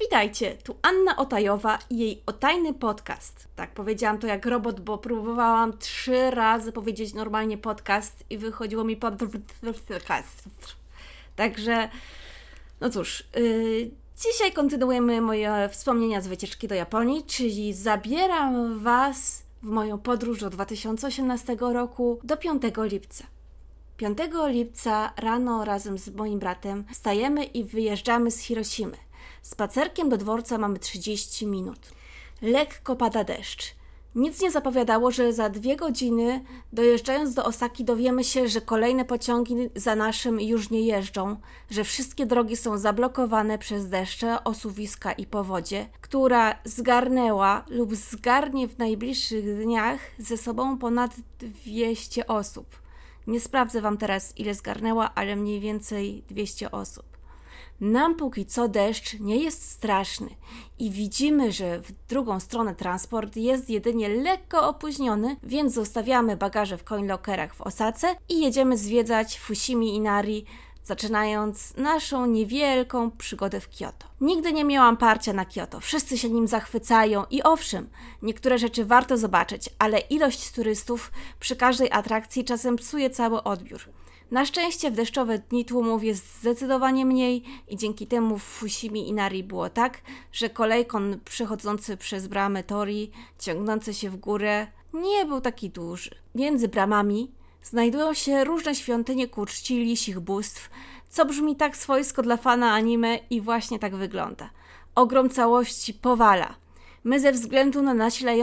Witajcie, tu Anna Otajowa i jej otajny podcast. Tak, powiedziałam to jak robot, bo próbowałam 3 razy powiedzieć normalnie podcast i wychodziło mi podcast. Także, no cóż, dzisiaj kontynuujemy moje wspomnienia z wycieczki do Japonii, czyli zabieram Was w moją podróż do 2018 roku do 5 lipca. 5 lipca rano razem z moim bratem wstajemy i wyjeżdżamy z Hiroshimy. Spacerkiem do dworca mamy 30 minut. Lekko pada deszcz. Nic nie zapowiadało, że za 2 godziny dojeżdżając do Osaki dowiemy się, że kolejne pociągi za naszym już nie jeżdżą, że wszystkie drogi są zablokowane przez deszcze, osuwiska i powodzie, która zgarnęła lub zgarnie w najbliższych dniach ze sobą ponad 200 osób. Nie sprawdzę Wam teraz, ile zgarnęła, ale mniej więcej 200 osób. Nam póki co deszcz nie jest straszny i widzimy, że w drugą stronę transport jest jedynie lekko opóźniony, więc zostawiamy bagaże w coinlockerach w Osace i jedziemy zwiedzać Fushimi Inari, zaczynając naszą niewielką przygodę w Kyoto. Nigdy nie miałam parcia na Kyoto, wszyscy się nim zachwycają i owszem, niektóre rzeczy warto zobaczyć, ale ilość turystów przy każdej atrakcji czasem psuje cały odbiór. Na szczęście w deszczowe dni tłumów jest zdecydowanie mniej i dzięki temu w Fushimi Inari było tak, że kolejkon przechodzący przez bramę Tori, ciągnący się w górę, nie był taki duży. Między bramami znajdują się różne świątynie ku czci lisich bóstw, co brzmi tak swojsko dla fana anime i właśnie wygląda. Ogrom całości powala. My ze względu na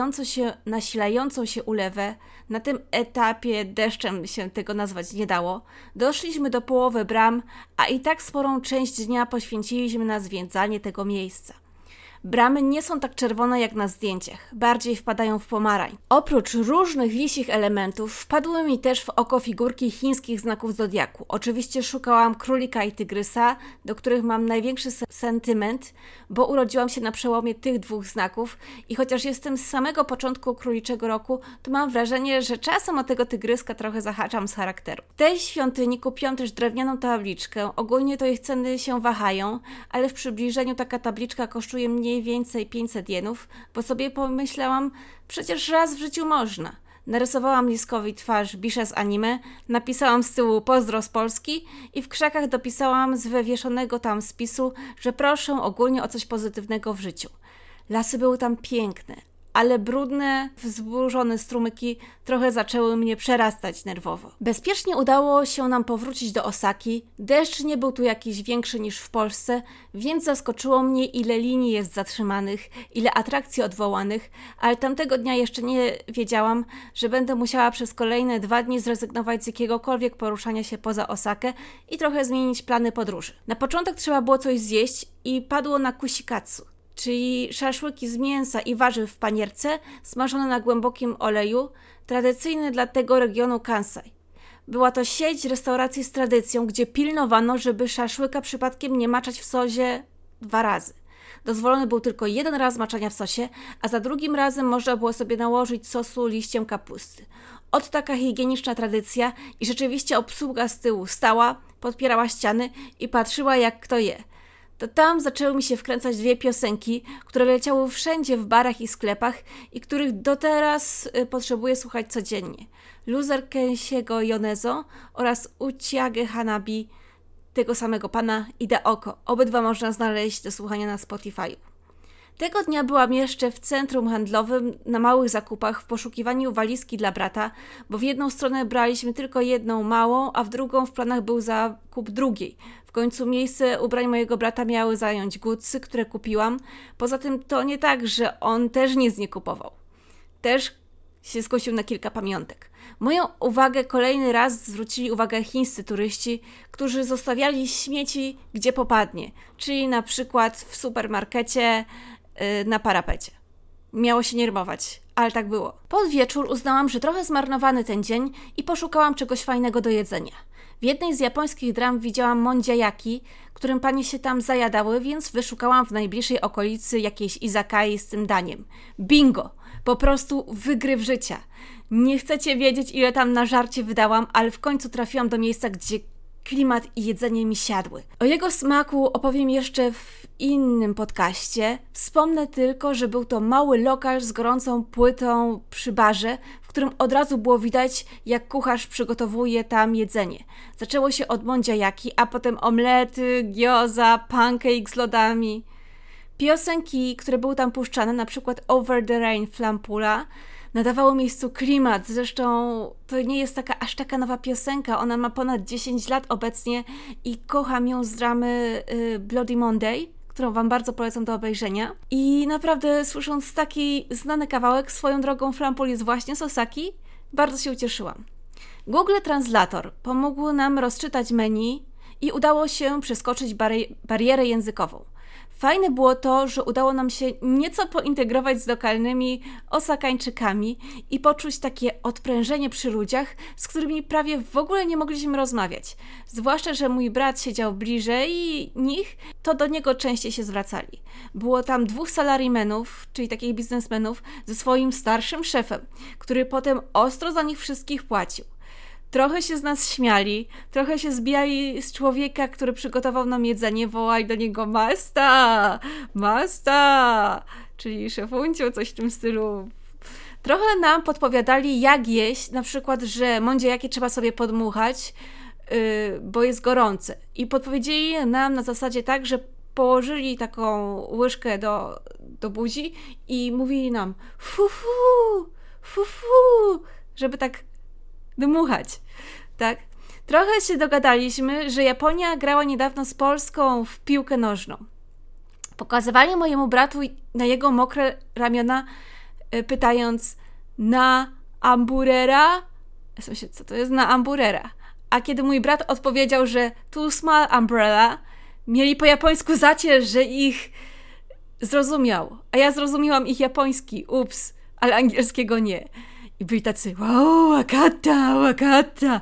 nasilającą się ulewę, na tym etapie deszczem się tego nazwać nie dało, doszliśmy do połowy bram, a i tak sporą część dnia poświęciliśmy na zwiedzanie tego miejsca. Bramy nie są tak czerwone jak na zdjęciach, bardziej wpadają w pomarań. Oprócz różnych lisich elementów wpadły mi też w oko figurki chińskich znaków zodiaku. Oczywiście szukałam królika i tygrysa, do których mam największy sentyment, bo urodziłam się na przełomie tych 2 znaków i chociaż jestem z samego początku króliczego roku, to mam wrażenie, że czasem o tego tygryska trochę zahaczam z charakteru. W tej świątyni kupiłam też drewnianą tabliczkę, ogólnie to ich ceny się wahają, ale w przybliżeniu taka tabliczka kosztuje mniej więcej 500 jenów, bo sobie pomyślałam, przecież raz w życiu można. Narysowałam Liskowi twarz Bisza z anime, napisałam z tyłu pozdro z Polski i w krzakach dopisałam z wywieszonego tam spisu, że proszę ogólnie o coś pozytywnego w życiu. Lasy były tam piękne, ale brudne, wzburzone strumyki trochę zaczęły mnie przerastać nerwowo. Bezpiecznie udało się nam powrócić do Osaki. Deszcz nie był tu jakiś większy niż w Polsce, więc zaskoczyło mnie, ile linii jest zatrzymanych, ile atrakcji odwołanych, ale tamtego dnia jeszcze nie wiedziałam, że będę musiała przez kolejne 2 dni zrezygnować z jakiegokolwiek poruszania się poza Osakę i trochę zmienić plany podróży. Na początek trzeba było coś zjeść i padło na kushikatsu, czyli szaszłyki z mięsa i warzyw w panierce, smażone na głębokim oleju, tradycyjny dla tego regionu Kansai. Była to sieć restauracji z tradycją, gdzie pilnowano, żeby szaszłyka przypadkiem nie maczać w sosie 2 razy. Dozwolony był tylko 1 raz maczania w sosie, a za drugim razem można było sobie nałożyć sosu liściem kapusty. Oto taka higieniczna tradycja i rzeczywiście obsługa z tyłu stała, podpierała ściany i patrzyła, jak kto je. To tam zaczęły mi się wkręcać 2 piosenki, które leciały wszędzie w barach i sklepach i których do teraz potrzebuję słuchać codziennie. Loser Kensiego Yonezo oraz Uchiage Hanabi tego samego pana Ida Oko. Obydwa można znaleźć do słuchania na Spotify'u. Tego dnia byłam jeszcze w centrum handlowym na małych zakupach w poszukiwaniu walizki dla brata, bo w jedną stronę braliśmy tylko jedną małą, a w drugą w planach był zakup drugiej. W końcu miejsce ubrań mojego brata miały zająć Gucci, które kupiłam. Poza tym to nie tak, że on też nic nie kupował. Też się skusił na kilka pamiątek. Moją uwagę kolejny raz zwrócili uwagę chińscy turyści, którzy zostawiali śmieci gdzie popadnie, czyli na przykład w supermarkecie, na parapecie. Miało się nie rymować, ale tak było. Pod wieczór uznałam, że trochę zmarnowany ten dzień i poszukałam czegoś fajnego do jedzenia. W jednej z japońskich dram widziałam mondiayaki, którym panie się tam zajadały, więc wyszukałam w najbliższej okolicy jakiejś izakai z tym daniem. Bingo! Po prostu wygryw życia. Nie chcecie wiedzieć, ile tam na żarcie wydałam, ale w końcu trafiłam do miejsca, gdzie klimat i jedzenie mi siadły. O jego smaku opowiem jeszcze w innym podcaście. Wspomnę tylko, że był to mały lokal z gorącą płytą przy barze, w którym od razu było widać, jak kucharz przygotowuje tam jedzenie. Zaczęło się od mondziajaki, a potem omlety, gyoza, pancake z lodami. Piosenki, które były tam puszczane, na przykład Over the Rain Flampula, nadawało miejscu klimat. Zresztą to nie jest aż taka nowa piosenka. Ona ma ponad 10 lat obecnie i kocham ją z dramy Bloody Monday, którą Wam bardzo polecam do obejrzenia. I naprawdę słysząc taki znany kawałek, swoją drogą Flampul jest właśnie z Osaki, bardzo się ucieszyłam. Google Translator pomógł nam rozczytać menu i udało się przeskoczyć barierę językową. Fajne było to, że udało nam się nieco pointegrować z lokalnymi Osakańczykami i poczuć takie odprężenie przy ludziach, z którymi prawie w ogóle nie mogliśmy rozmawiać. Zwłaszcza, że mój brat siedział bliżej nich, to do niego częściej się zwracali. Było tam 2 salarymenów, czyli takich biznesmenów, ze swoim starszym szefem, który potem ostro za nich wszystkich płacił. Trochę się z nas śmiali, trochę się zbijali z człowieka, który przygotował nam jedzenie, wołali do niego Masta, Masta, czyli szefunciu, coś w tym stylu. Trochę nam podpowiadali, jak jeść, na przykład, że mondziajaki trzeba sobie podmuchać, bo jest gorące. I podpowiedzieli nam na zasadzie tak, że położyli taką łyżkę do buzi i mówili nam fufu, fufu, żeby tak dmuchać, tak? Trochę się dogadaliśmy, że Japonia grała niedawno z Polską w piłkę nożną. Pokazywali mojemu bratu na jego mokre ramiona, pytając na amburera? Ja sobie myślę, co to jest na amburera? A kiedy mój brat odpowiedział, że too small umbrella, mieli po japońsku zacierz, że ich zrozumiał. A ja zrozumiałam ich japoński, ups, ale angielskiego nie. I byli tacy, wow, wakata,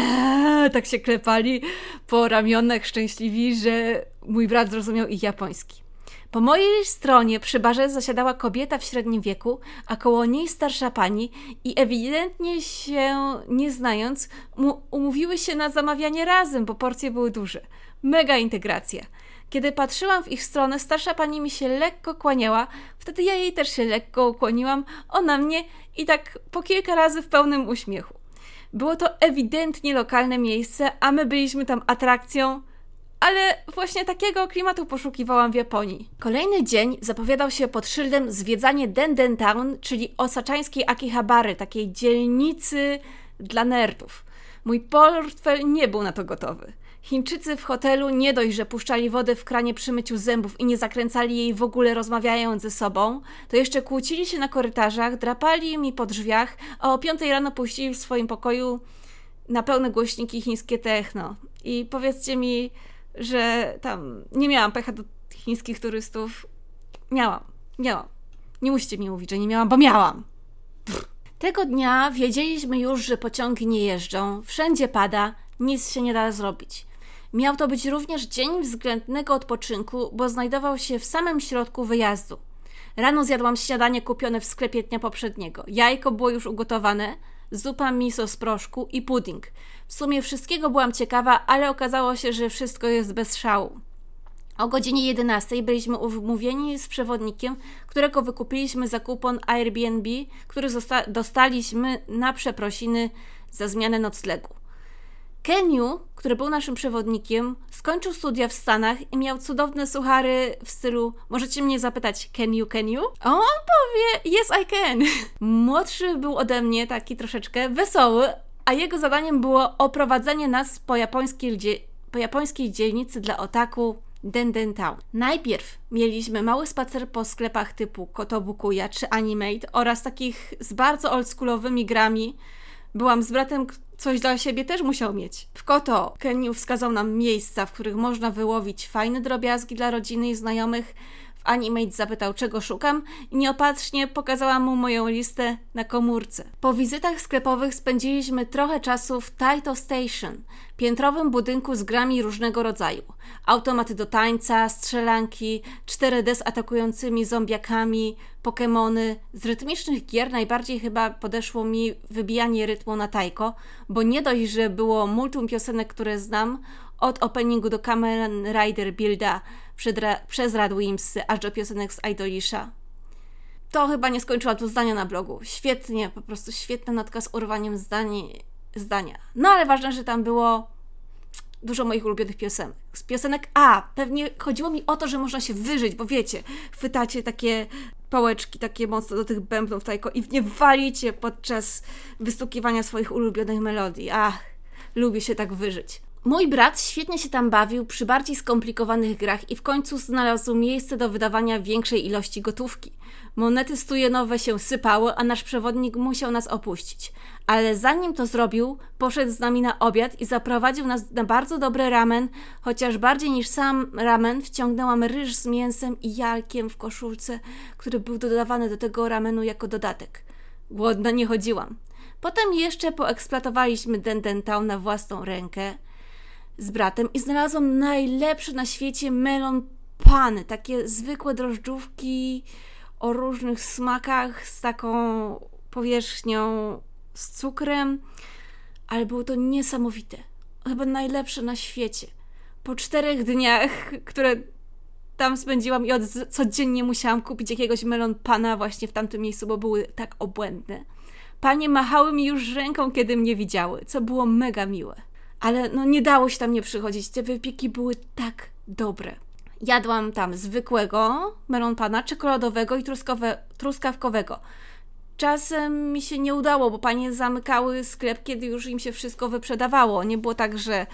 tak się klepali po ramionach szczęśliwi, że mój brat zrozumiał ich japoński. Po mojej stronie przy barze zasiadała kobieta w średnim wieku, a koło niej starsza pani i ewidentnie się nie znając, umówiły się na zamawianie razem, bo porcje były duże. Mega integracja. Kiedy patrzyłam w ich stronę, starsza pani mi się lekko kłaniała, wtedy ja jej też się lekko ukłoniłam, ona mnie i tak po kilka razy w pełnym uśmiechu. Było to ewidentnie lokalne miejsce, a my byliśmy tam atrakcją, ale właśnie takiego klimatu poszukiwałam w Japonii. Kolejny dzień zapowiadał się pod szyldem zwiedzanie Denden Town, czyli osaczańskiej Akihabary, takiej dzielnicy dla nerdów. Mój portfel nie był na to gotowy. Chińczycy w hotelu nie dość, że puszczali wodę w kranie przy myciu zębów i nie zakręcali jej w ogóle rozmawiając ze sobą, to jeszcze kłócili się na korytarzach, drapali mi po drzwiach, a o 5 rano puścili w swoim pokoju na pełne głośniki chińskie techno. I powiedzcie mi, że tam nie miałam pecha do chińskich turystów. Miałam. Nie musicie mi mówić, że nie miałam, bo miałam. Tego dnia wiedzieliśmy już, że pociągi nie jeżdżą, wszędzie pada, nic się nie da zrobić. Miał to być również dzień względnego odpoczynku, bo znajdował się w samym środku wyjazdu. Rano zjadłam śniadanie kupione w sklepie dnia poprzedniego. Jajko było już ugotowane, zupa miso z proszku i pudding. W sumie wszystkiego byłam ciekawa, ale okazało się, że wszystko jest bez szału. O godzinie 11 byliśmy umówieni z przewodnikiem, którego wykupiliśmy za kupon Airbnb, który dostaliśmy na przeprosiny za zmianę noclegu. Kenyu, który był naszym przewodnikiem, skończył studia w Stanach i miał cudowne suchary w stylu możecie mnie zapytać can you? A on powie yes I can. Młodszy był ode mnie, taki troszeczkę wesoły, a jego zadaniem było oprowadzenie nas po japońskiej dzielnicy dla otaku Denden Town. Najpierw mieliśmy mały spacer po sklepach typu Kotobukuya czy Animate oraz takich z bardzo oldschoolowymi grami. Byłam z bratem, coś dla siebie też musiał mieć. W Koto Kenyu wskazał nam miejsca, w których można wyłowić fajne drobiazgi dla rodziny i znajomych. Animate zapytał, czego szukam i nieopatrznie pokazałam mu moją listę na komórce. Po wizytach sklepowych spędziliśmy trochę czasu w Taito Station, piętrowym budynku z grami różnego rodzaju. Automaty do tańca, strzelanki, 4D z atakującymi zombiakami, Pokemony. Z rytmicznych gier najbardziej chyba podeszło mi wybijanie rytmu na taiko, bo nie dość, że było multum piosenek, które znam, od openingu do Kamen Rider Builda przez Radwimsy, aż do piosenek z Idolisha. To chyba nie skończyłam tu zdania na blogu. Świetnie, po prostu świetna notka z urwaniem zdania. No ale ważne, że tam było dużo moich ulubionych piosenek. Z piosenek pewnie chodziło mi o to, że można się wyżyć, bo wiecie, chwytacie takie pałeczki, takie mocno do tych bębnów taiko i nie walicie podczas wystukiwania swoich ulubionych melodii. Lubię się tak wyżyć. Mój brat świetnie się tam bawił przy bardziej skomplikowanych grach i w końcu znalazł miejsce do wydawania większej ilości gotówki. Monety stujenowe się sypały, a nasz przewodnik musiał nas opuścić. Ale zanim to zrobił, poszedł z nami na obiad i zaprowadził nas na bardzo dobry ramen, chociaż bardziej niż sam ramen wciągnęłam ryż z mięsem i jajkiem w koszulce, który był dodawany do tego ramenu jako dodatek. Głodna nie chodziłam. Potem jeszcze poeksploatowaliśmy Den Town na własną rękę z bratem i znalazłam najlepsze na świecie melon pany, takie zwykłe drożdżówki o różnych smakach z taką powierzchnią z cukrem, ale było to niesamowite. Chyba najlepsze na świecie. Po 4 dniach, które tam spędziłam i codziennie musiałam kupić jakiegoś melon pana właśnie w tamtym miejscu, bo były tak obłędne. Panie machały mi już ręką, kiedy mnie widziały, co było mega miłe. Ale nie dało się tam nie przychodzić. Te wypieki były tak dobre. Jadłam tam zwykłego melon pana, czekoladowego i truskawkowego. Czasem mi się nie udało, bo panie zamykały sklep, kiedy już im się wszystko wyprzedawało. Nie było tak, że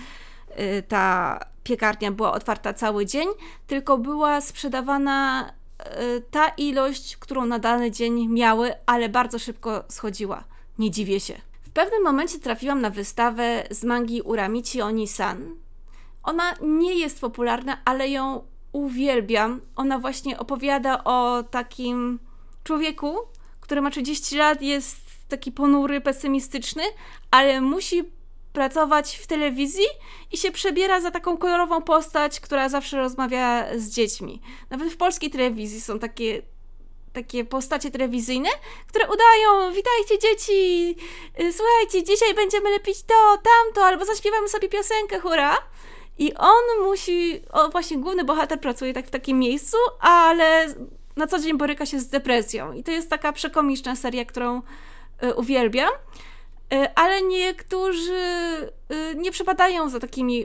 ta piekarnia była otwarta cały dzień, tylko była sprzedawana ta ilość, którą na dany dzień miały, ale bardzo szybko schodziła. Nie dziwię się. W pewnym momencie trafiłam na wystawę z mangi Uramichi Onisan. Ona nie jest popularna, ale ją uwielbiam. Ona właśnie opowiada o takim człowieku, który ma 30 lat, jest taki ponury, pesymistyczny, ale musi pracować w telewizji i się przebiera za taką kolorową postać, która zawsze rozmawia z dziećmi. Nawet w polskiej telewizji są takie postacie telewizyjne, które udają: witajcie dzieci, słuchajcie, dzisiaj będziemy lepić to, tamto, albo zaśpiewamy sobie piosenkę, hurra! I on musi, właśnie główny bohater pracuje tak w takim miejscu, ale na co dzień boryka się z depresją. I to jest taka przekomiczna seria, którą uwielbiam, ale niektórzy nie przepadają za takimi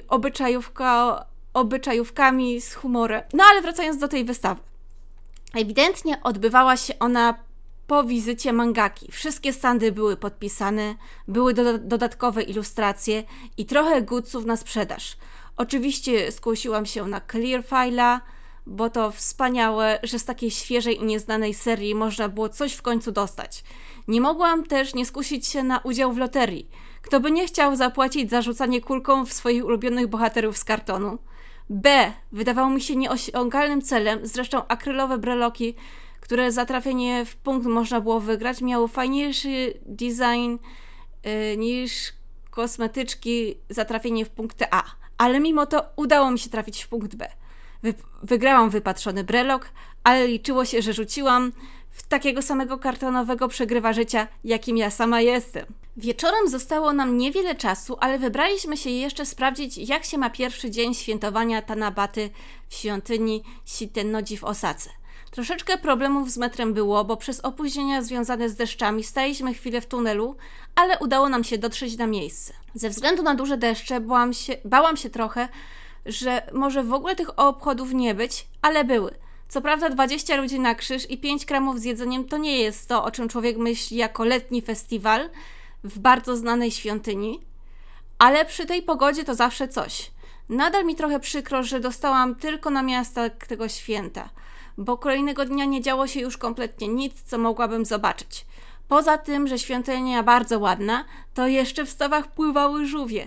obyczajówkami z humorem. No ale wracając do tej wystawy. Ewidentnie odbywała się ona po wizycie mangaki. Wszystkie standy były podpisane, były dodatkowe ilustracje i trochę goodsów na sprzedaż. Oczywiście skusiłam się na Clearfile'a, bo to wspaniałe, że z takiej świeżej i nieznanej serii można było coś w końcu dostać. Nie mogłam też nie skusić się na udział w loterii. Kto by nie chciał zapłacić za rzucanie kulką w swoich ulubionych bohaterów z kartonu? Wydawało mi się nieosiągalnym celem, zresztą akrylowe breloki, które za trafienie w punkt można było wygrać, miały fajniejszy design niż kosmetyczki za trafienie w punkt A. Ale mimo to udało mi się trafić w punkt B. Wygrałam wypatrzony brelok, ale liczyło się, że rzuciłam w takiego samego kartonowego przegrywa życia, jakim ja sama jestem. Wieczorem zostało nam niewiele czasu, ale wybraliśmy się jeszcze sprawdzić, jak się ma pierwszy dzień świętowania Tanabaty w świątyni Shitennoji w Osace. Troszeczkę problemów z metrem było, bo przez opóźnienia związane z deszczami staliśmy chwilę w tunelu, ale udało nam się dotrzeć na miejsce. Ze względu na duże deszcze bałam się trochę, że może w ogóle tych obchodów nie być, ale były. Co prawda 20 ludzi na krzyż i 5 kramów z jedzeniem to nie jest to, o czym człowiek myśli jako letni festiwal w bardzo znanej świątyni, ale przy tej pogodzie to zawsze coś. Nadal mi trochę przykro, że dostałam tylko na miasta tego święta, bo kolejnego dnia nie działo się już kompletnie nic, co mogłabym zobaczyć. Poza tym, że świątynia bardzo ładna, to jeszcze w stawach pływały żółwie.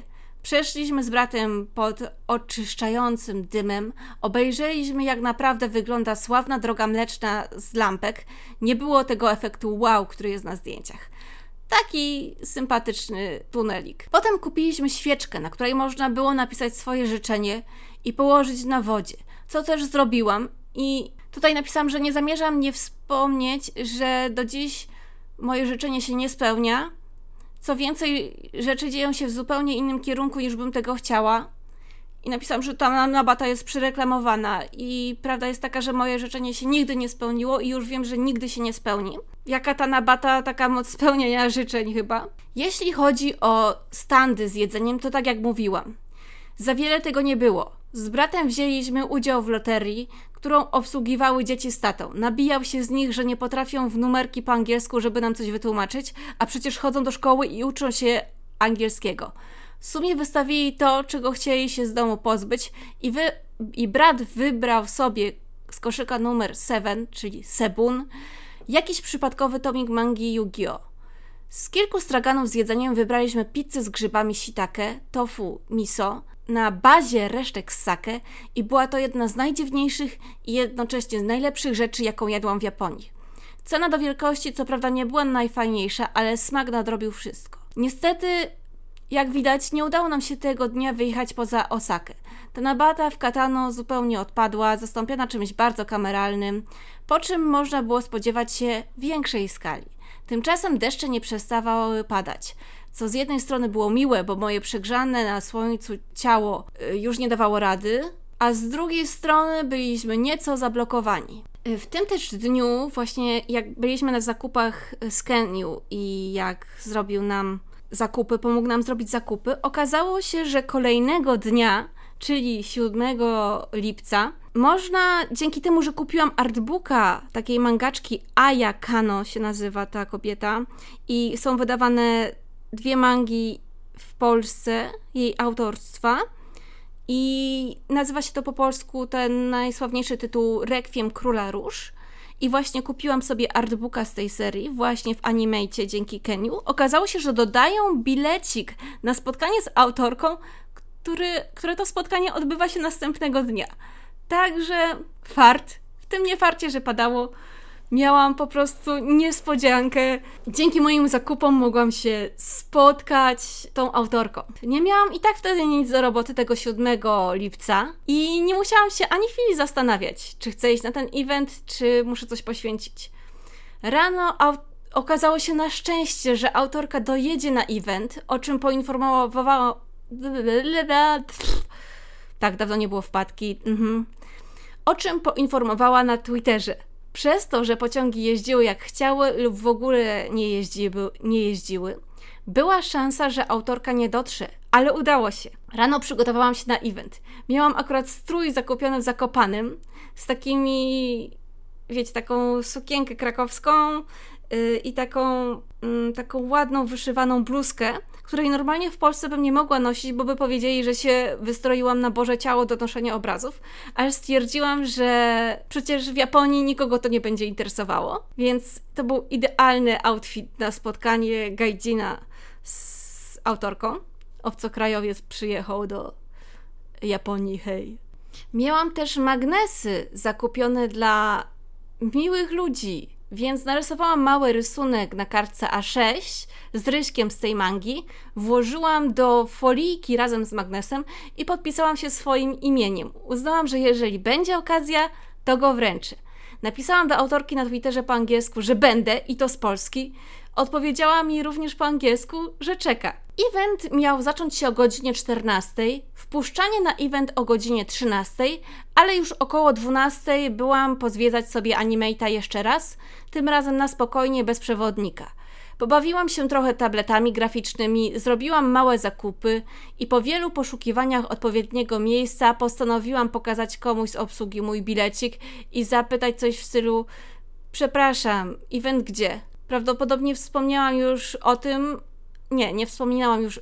Przeszliśmy z bratem pod oczyszczającym dymem, obejrzeliśmy jak naprawdę wygląda sławna droga mleczna z lampek. Nie było tego efektu wow, który jest na zdjęciach. Taki sympatyczny tunelik. Potem kupiliśmy świeczkę, na której można było napisać swoje życzenie i położyć na wodzie, co też zrobiłam i tutaj napisałam, że nie zamierzam nie wspomnieć, że do dziś moje życzenie się nie spełnia. Co więcej, rzeczy dzieją się w zupełnie innym kierunku niż bym tego chciała. I napisałam, że ta nabata jest przyreklamowana i prawda jest taka, że moje życzenie się nigdy nie spełniło i już wiem, że nigdy się nie spełni. Jaka ta nabata, taka moc spełnienia życzeń chyba. Jeśli chodzi o standy z jedzeniem, to tak jak mówiłam. Za wiele tego nie było. Z bratem wzięliśmy udział w loterii, którą obsługiwały dzieci z tatą. Nabijał się z nich, że nie potrafią w numerki po angielsku, żeby nam coś wytłumaczyć, a przecież chodzą do szkoły i uczą się angielskiego. W sumie wystawili to, czego chcieli się z domu pozbyć i brat wybrał sobie z koszyka numer 7, czyli Sebun, jakiś przypadkowy tomik mangi Yu-Gi-Oh! Z kilku straganów z jedzeniem wybraliśmy pizzę z grzybami shiitake, tofu, miso, na bazie resztek z sake i była to jedna z najdziwniejszych i jednocześnie z najlepszych rzeczy, jaką jadłam w Japonii. Cena do wielkości co prawda nie była najfajniejsza, ale smak nadrobił wszystko. Niestety, jak widać, nie udało nam się tego dnia wyjechać poza Osakę. Ta nabata w Katano zupełnie odpadła, zastąpiona czymś bardzo kameralnym, po czym można było spodziewać się większej skali. Tymczasem deszcze nie przestawały padać, co z jednej strony było miłe, bo moje przegrzane na słońcu ciało już nie dawało rady, a z drugiej strony byliśmy nieco zablokowani. W tym też dniu, właśnie jak byliśmy na zakupach z Keniu i jak zrobił nam zakupy, pomógł nam zrobić zakupy, okazało się, że kolejnego dnia, czyli 7 lipca, można, dzięki temu, że kupiłam artbooka takiej mangaczki Aya Kano się nazywa ta kobieta i są wydawane 2 mangi w Polsce jej autorstwa i nazywa się to po polsku ten najsławniejszy tytuł Rekwiem Króla Róż i właśnie kupiłam sobie artbooka z tej serii właśnie w Animate dzięki Keniu. Okazało się, że dodają bilecik na spotkanie z autorką, które to spotkanie odbywa się następnego dnia. Także fart. W tym nie farcie, że padało. Miałam po prostu niespodziankę. Dzięki moim zakupom mogłam się spotkać z tą autorką. Nie miałam i tak wtedy nic do roboty tego 7 lipca i nie musiałam się ani chwili zastanawiać, czy chcę iść na ten event, czy muszę coś poświęcić. Rano okazało się na szczęście, że autorka dojedzie na event, o czym poinformowała... Tak, dawno nie było wpadki. O czym poinformowała na Twitterze. Przez to, że pociągi jeździły jak chciały lub w ogóle nie jeździły, była szansa, że autorka nie dotrze, ale udało się. Rano przygotowałam się na event. Miałam akurat strój zakupiony w Zakopanem z takimi, wiecie, taką sukienkę krakowską i taką ładną, wyszywaną bluzkę, której normalnie w Polsce bym nie mogła nosić, bo by powiedzieli, że się wystroiłam na Boże Ciało do noszenia obrazów, ale stwierdziłam, że przecież w Japonii nikogo to nie będzie interesowało, więc to był idealny outfit na spotkanie gaijina z autorką. Obcokrajowiec przyjechał do Japonii, hej. Miałam też magnesy zakupione dla miłych ludzi, więc narysowałam mały rysunek na kartce A6 z ryśkiem z tej mangi, włożyłam do folijki razem z magnesem i podpisałam się swoim imieniem. Uznałam, że jeżeli będzie okazja, to go wręczę. Napisałam do autorki na Twitterze po angielsku, że będę i to z Polski. Odpowiedziała mi również po angielsku, że czeka. Event miał zacząć się o godzinie 14, wpuszczanie na event o godzinie 13, ale już około 12 byłam pozwiedzać sobie Animate'a jeszcze raz, tym razem na spokojnie, bez przewodnika. Pobawiłam się trochę tabletami graficznymi, zrobiłam małe zakupy i po wielu poszukiwaniach odpowiedniego miejsca postanowiłam pokazać komuś z obsługi mój bilecik i zapytać coś w stylu: przepraszam, event gdzie? Prawdopodobnie wspomniałam już o tym. Nie wspominałam już.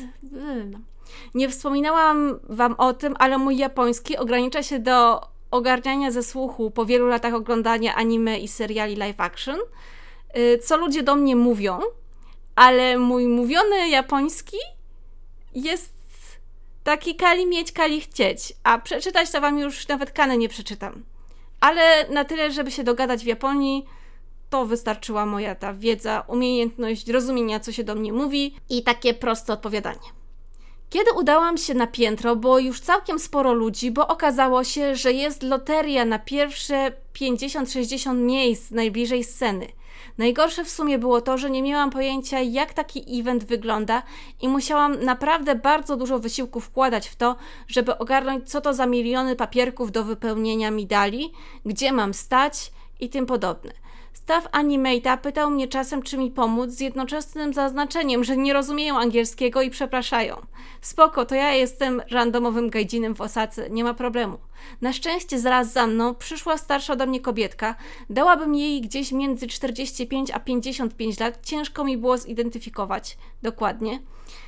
Nie wspominałam wam o tym, ale mój japoński ogranicza się do ogarniania ze słuchu po wielu latach oglądania anime i seriali live action, co ludzie do mnie mówią, ale mój mówiony japoński jest taki kali mieć, kali chcieć. A przeczytać to wam już nawet Kany nie przeczytam. Ale na tyle, żeby się dogadać w Japonii, to wystarczyła moja ta wiedza, umiejętność rozumienia, co się do mnie mówi i takie proste odpowiadanie. Kiedy udałam się na piętro, było już całkiem sporo ludzi, bo okazało się, że jest loteria na pierwsze 50-60 miejsc najbliżej sceny. Najgorsze w sumie było to, że nie miałam pojęcia, jak taki event wygląda i musiałam naprawdę bardzo dużo wysiłku wkładać w to, żeby ogarnąć, co to za miliony papierków do wypełnienia mi dali, gdzie mam stać i tym podobne. Staff Animate'a pytał mnie czasem, czy mi pomóc, z jednoczesnym zaznaczeniem, że nie rozumieją angielskiego i przepraszają. Spoko, to ja jestem randomowym gajdzinem w Osace, nie ma problemu. Na szczęście zaraz za mną przyszła starsza ode mnie kobietka, dałabym jej gdzieś między 45 a 55 lat, ciężko mi było zidentyfikować dokładnie.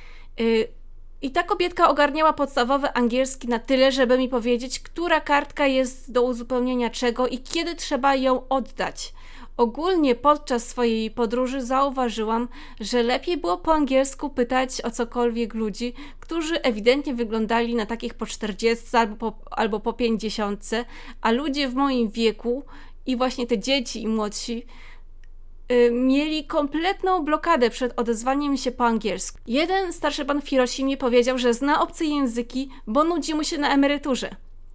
I ta kobietka ogarniała podstawowy angielski na tyle, żeby mi powiedzieć, która kartka jest do uzupełnienia czego i kiedy trzeba ją oddać. Ogólnie podczas swojej podróży zauważyłam, że lepiej było po angielsku pytać o cokolwiek ludzi, którzy ewidentnie wyglądali na takich po 40 albo po 50, a ludzie w moim wieku i właśnie te dzieci i młodsi mieli kompletną blokadę przed odezwaniem się po angielsku. Jeden starszy pan w Hiroshimie powiedział, że zna obce języki, bo nudzi mu się na emeryturze.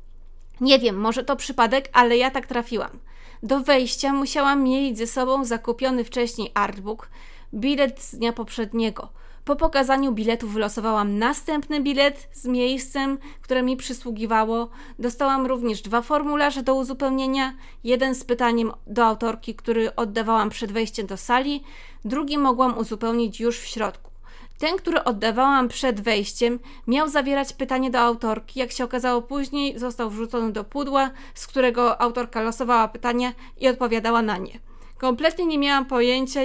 Nie wiem, może to przypadek, ale ja tak trafiłam. Do wejścia musiałam mieć ze sobą zakupiony wcześniej artbook, bilet z dnia poprzedniego. Po pokazaniu biletu wylosowałam następny bilet z miejscem, które mi przysługiwało. Dostałam również 2 formularze do uzupełnienia. Jeden z pytaniem do autorki, który oddawałam przed wejściem do sali, drugi mogłam uzupełnić już w środku. Ten, który oddawałam przed wejściem, miał zawierać pytanie do autorki. Jak się okazało później, został wrzucony do pudła, z którego autorka losowała pytania i odpowiadała na nie. Kompletnie nie miałam pojęcia,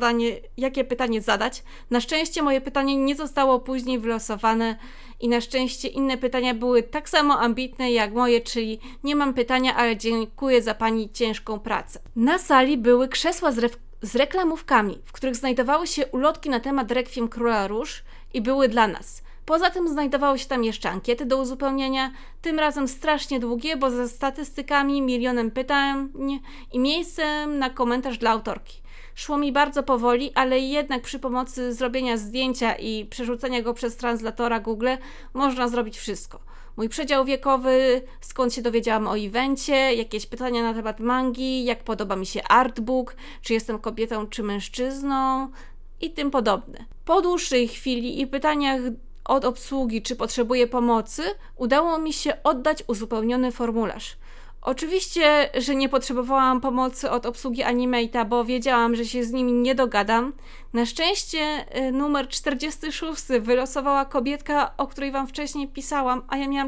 jakie pytanie zadać. Na szczęście moje pytanie nie zostało później wylosowane i na szczęście inne pytania były tak samo ambitne jak moje, czyli nie mam pytania, ale dziękuję za pani ciężką pracę. Na sali były krzesła z reklamówkami, w których znajdowały się ulotki na temat Rekwiem Króla Róż i były dla nas. Poza tym znajdowały się tam jeszcze ankiety do uzupełnienia, tym razem strasznie długie, bo ze statystykami, milionem pytań i miejscem na komentarz dla autorki. Szło mi bardzo powoli, ale jednak przy pomocy zrobienia zdjęcia i przerzucenia go przez translatora Google można zrobić wszystko. Mój przedział wiekowy, skąd się dowiedziałam o evencie, jakieś pytania na temat mangi, jak podoba mi się artbook, czy jestem kobietą czy mężczyzną i tym podobne. Po dłuższej chwili i pytaniach od obsługi, czy potrzebuję pomocy, udało mi się oddać uzupełniony formularz. Oczywiście, że nie potrzebowałam pomocy od obsługi Animate'a, bo wiedziałam, że się z nimi nie dogadam. Na szczęście numer 46 wylosowała kobietka, o której wam wcześniej pisałam, a ja miałam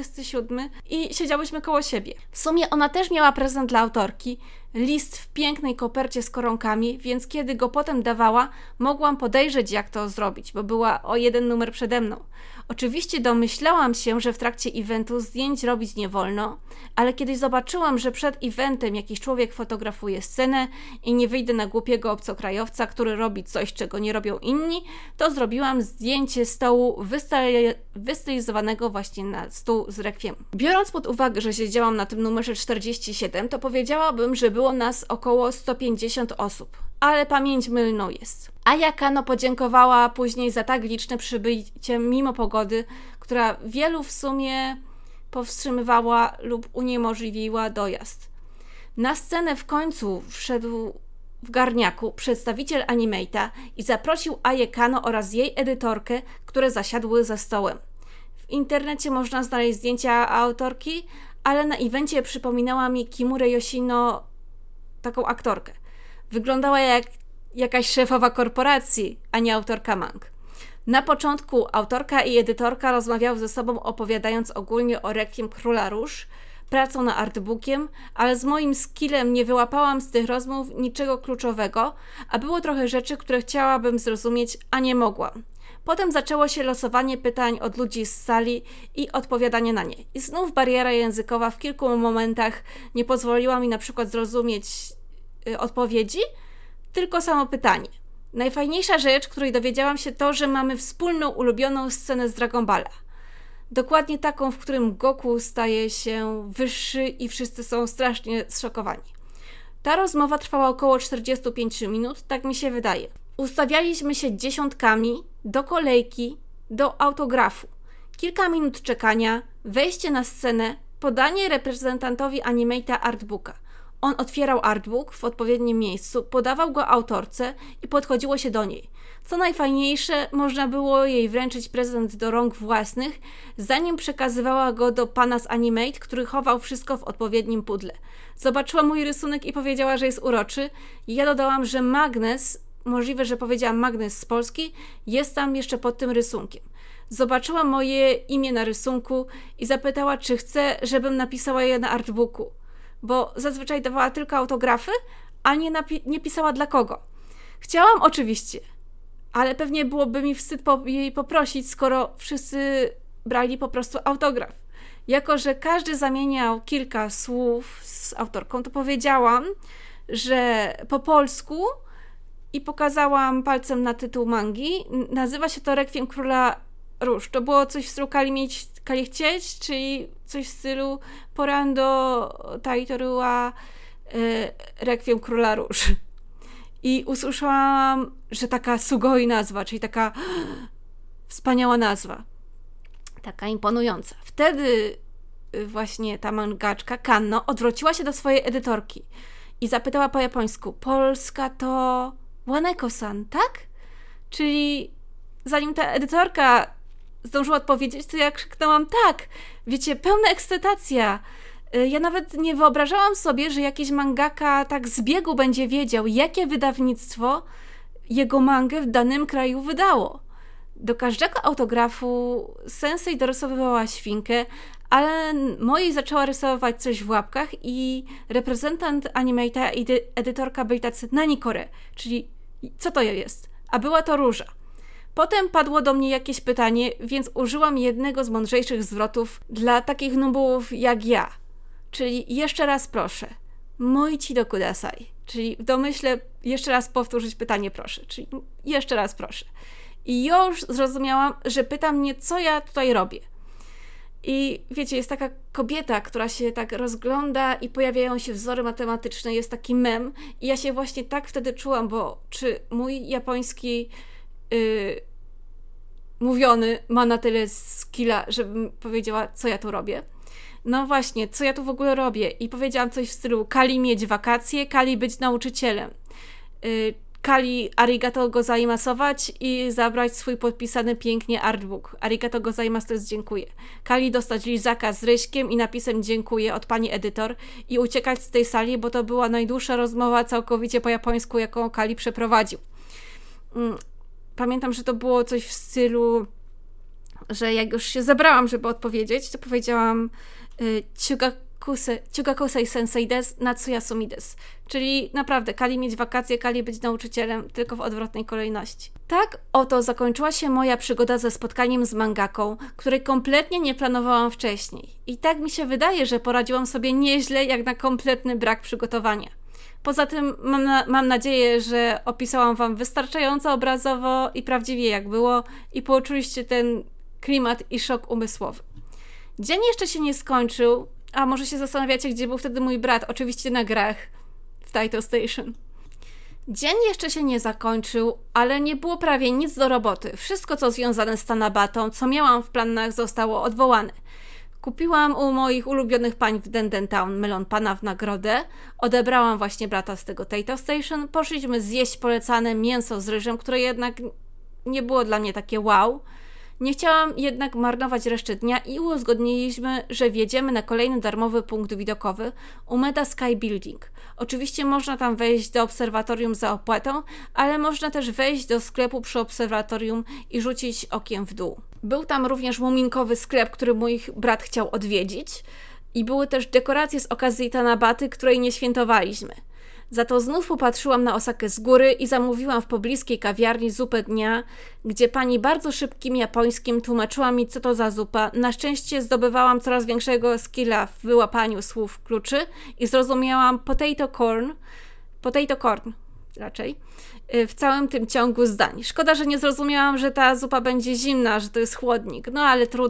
47 i siedziałyśmy koło siebie. W sumie ona też miała prezent dla autorki, list w pięknej kopercie z koronkami, więc kiedy go potem dawała, mogłam podejrzeć, jak to zrobić, bo była o 1 numer przede mną. Oczywiście domyślałam się, że w trakcie eventu zdjęć robić nie wolno, ale kiedy zobaczyłam, że przed eventem jakiś człowiek fotografuje scenę i nie wyjdę na głupiego obcokrajowca, który robi coś, czego nie robią inni, to zrobiłam zdjęcie stołu wystylizowanego właśnie na stół z rekwiem. Biorąc pod uwagę, że siedziałam na tym numerze 47, to powiedziałabym, że było nas około 150 osób, ale pamięć mylną jest. Aya Kano podziękowała później za tak liczne przybycie mimo pogody, która wielu w sumie powstrzymywała lub uniemożliwiła dojazd. Na scenę w końcu wszedł w garniaku przedstawiciel Animate'a i zaprosił Ayę Kano oraz jej edytorkę, które zasiadły za stołem. W internecie można znaleźć zdjęcia autorki, ale na evencie przypominała mi Kimurę Yoshino, taką aktorkę. Wyglądała jak jakaś szefowa korporacji, a nie autorka mang. Na początku autorka i edytorka rozmawiały ze sobą, opowiadając ogólnie o Rekwiem Króla Róż, pracą nad artbookiem, ale z moim skillem nie wyłapałam z tych rozmów niczego kluczowego, a było trochę rzeczy, które chciałabym zrozumieć, a nie mogłam. Potem zaczęło się losowanie pytań od ludzi z sali i odpowiadanie na nie. I znów bariera językowa w kilku momentach nie pozwoliła mi na przykład zrozumieć odpowiedzi, tylko samo pytanie. Najfajniejsza rzecz, której dowiedziałam się, to, że mamy wspólną ulubioną scenę z Dragon Balla. Dokładnie taką, w którym Goku staje się wyższy i wszyscy są strasznie zszokowani. Ta rozmowa trwała około 45 minut, tak mi się wydaje. Ustawialiśmy się dziesiątkami do kolejki, do autografu. Kilka minut czekania, wejście na scenę, podanie reprezentantowi Animate'a artbooka. On otwierał artbook w odpowiednim miejscu, podawał go autorce i podchodziło się do niej. Co najfajniejsze, można było jej wręczyć prezent do rąk własnych, zanim przekazywała go do pana z Animate, który chował wszystko w odpowiednim pudle. Zobaczyła mój rysunek i powiedziała, że jest uroczy. Ja dodałam, że magnes, możliwe, że powiedziałam magnes z Polski, jest tam jeszcze pod tym rysunkiem. Zobaczyła moje imię na rysunku i zapytała, czy chce, żebym napisała je na artbooku, bo zazwyczaj dawała tylko autografy, a nie pisała dla kogo. Chciałam oczywiście, ale pewnie byłoby mi wstyd jej poprosić, skoro wszyscy brali po prostu autograf. Jako że każdy zamieniał kilka słów z autorką, to powiedziałam, że po polsku i pokazałam palcem na tytuł mangi. Nazywa się to Rekwiem Króla Róż. To było coś w stylu Kali chcieć, czyli coś w stylu Porando Taitorua Rekwiem Króla Róż. I usłyszałam, że taka sugoi nazwa, czyli taka wspaniała nazwa. Taka imponująca. Wtedy właśnie ta mangaczka Kanno odwróciła się do swojej edytorki i zapytała po japońsku: Polska to Waneko-san, tak? Czyli zanim ta edytorka zdążyła odpowiedzieć, to ja krzyknęłam tak. Wiecie, pełna ekscytacja. Ja nawet nie wyobrażałam sobie, że jakiś mangaka tak z biegu będzie wiedział, jakie wydawnictwo jego mangę w danym kraju wydało. Do każdego autografu sensei dorysowywała świnkę, ale mojej zaczęła rysować coś w łapkach i reprezentant Animate'a i edytorka byli tacy nanikore, czyli co to jest? A była to róża. Potem padło do mnie jakieś pytanie, więc użyłam jednego z mądrzejszych zwrotów dla takich nubułów jak ja. Czyli jeszcze raz proszę. Moichi kudasai. Czyli w domyśle jeszcze raz powtórzyć pytanie proszę. Czyli jeszcze raz proszę. I już zrozumiałam, że pyta mnie, co ja tutaj robię. I wiecie, jest taka kobieta, która się tak rozgląda i pojawiają się wzory matematyczne, jest taki mem i ja się właśnie tak wtedy czułam, bo czy mój japoński mówiony ma na tyle skilla, żebym powiedziała, co ja tu robię. No właśnie, co ja tu w ogóle robię? I powiedziałam coś w stylu Kali mieć wakacje, Kali być nauczycielem. Kali arigato gozaimasować i zabrać swój podpisany pięknie artbook. Arigato gozaimasu to jest dziękuję. Kali dostać lizaka z ryśkiem i napisem dziękuję od pani edytor i uciekać z tej sali, bo to była najdłuższa rozmowa całkowicie po japońsku, jaką Kali przeprowadził. Pamiętam, że to było coś w stylu, że jak już się zebrałam, żeby odpowiedzieć, to powiedziałam Chugakusei sensei des, Natsuya sumi des. Czyli naprawdę, Kali mieć wakacje, Kali być nauczycielem, tylko w odwrotnej kolejności. Tak oto zakończyła się moja przygoda ze spotkaniem z mangaką, której kompletnie nie planowałam wcześniej. I tak mi się wydaje, że poradziłam sobie nieźle, jak na kompletny brak przygotowania. Poza tym mam nadzieję, że opisałam wam wystarczająco obrazowo i prawdziwie jak było i poczuliście ten klimat i szok umysłowy. Dzień jeszcze się nie skończył, a może się zastanawiacie, gdzie był wtedy mój brat, oczywiście na grach w Taito Station. Dzień jeszcze się nie zakończył, ale nie było prawie nic do roboty. Wszystko, co związane z Tanabatą, co miałam w planach, zostało odwołane. Kupiłam u moich ulubionych pań w Denden Town melon pana w nagrodę, odebrałam właśnie brata z tego Taito Station, poszliśmy zjeść polecane mięso z ryżem, które jednak nie było dla mnie takie wow. Nie chciałam jednak marnować reszty dnia i uzgodniliśmy, że wjedziemy na kolejny darmowy punkt widokowy Umeda Sky Building. Oczywiście można tam wejść do obserwatorium za opłatą, ale można też wejść do sklepu przy obserwatorium i rzucić okiem w dół. Był tam również muminkowy sklep, który mój brat chciał odwiedzić i były też dekoracje z okazji Tanabaty, której nie świętowaliśmy. Za to znów popatrzyłam na Osakę z góry i zamówiłam w pobliskiej kawiarni zupę dnia, gdzie pani bardzo szybkim japońskim tłumaczyła mi, co to za zupa. Na szczęście zdobywałam coraz większego skilla w wyłapaniu słów kluczy i zrozumiałam potato corn raczej, w całym tym ciągu zdań. Szkoda, że nie zrozumiałam, że ta zupa będzie zimna, że to jest chłodnik, no ale trudno.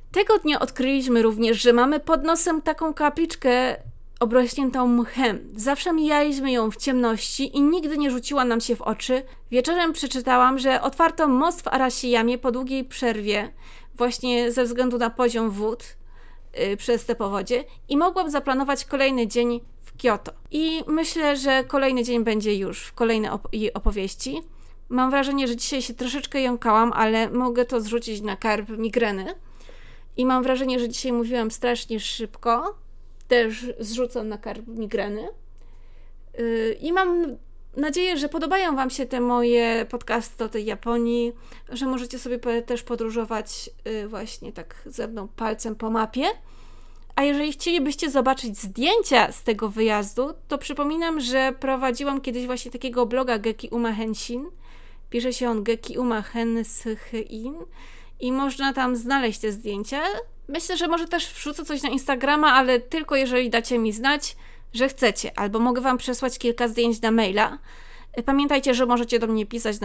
Tego dnia odkryliśmy również, że mamy pod nosem taką kapliczkę obrośniętą mchem. Zawsze mijaliśmy ją w ciemności i nigdy nie rzuciła nam się w oczy. Wieczorem przeczytałam, że otwarto most w Arashiyamie po długiej przerwie, właśnie ze względu na poziom wód przez te powodzie, i mogłam zaplanować kolejny dzień w Kyoto. I myślę, że kolejny dzień będzie już w kolejnej jej opowieści. Mam wrażenie, że dzisiaj się troszeczkę jąkałam, ale mogę to zrzucić na karb migreny. I mam wrażenie, że dzisiaj mówiłam strasznie szybko. Też zrzucam na karb migreny. I mam nadzieję, że podobają Wam się te moje podcasty o tej Japonii, że możecie sobie też podróżować właśnie tak ze mną palcem po mapie. A jeżeli chcielibyście zobaczyć zdjęcia z tego wyjazdu, to przypominam, że prowadziłam kiedyś właśnie takiego bloga Gekiuma Henshin. Pisze się on Gekiuma Henshin i można tam znaleźć te zdjęcia. Myślę, że może też wrzucę coś na Instagrama, ale tylko jeżeli dacie mi znać, że chcecie, albo mogę Wam przesłać kilka zdjęć na maila. Pamiętajcie, że możecie do mnie pisać na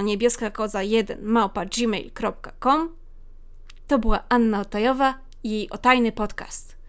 niebieskakoza1@gmail.com. To była Anna Otajowa i jej o tajny podcast.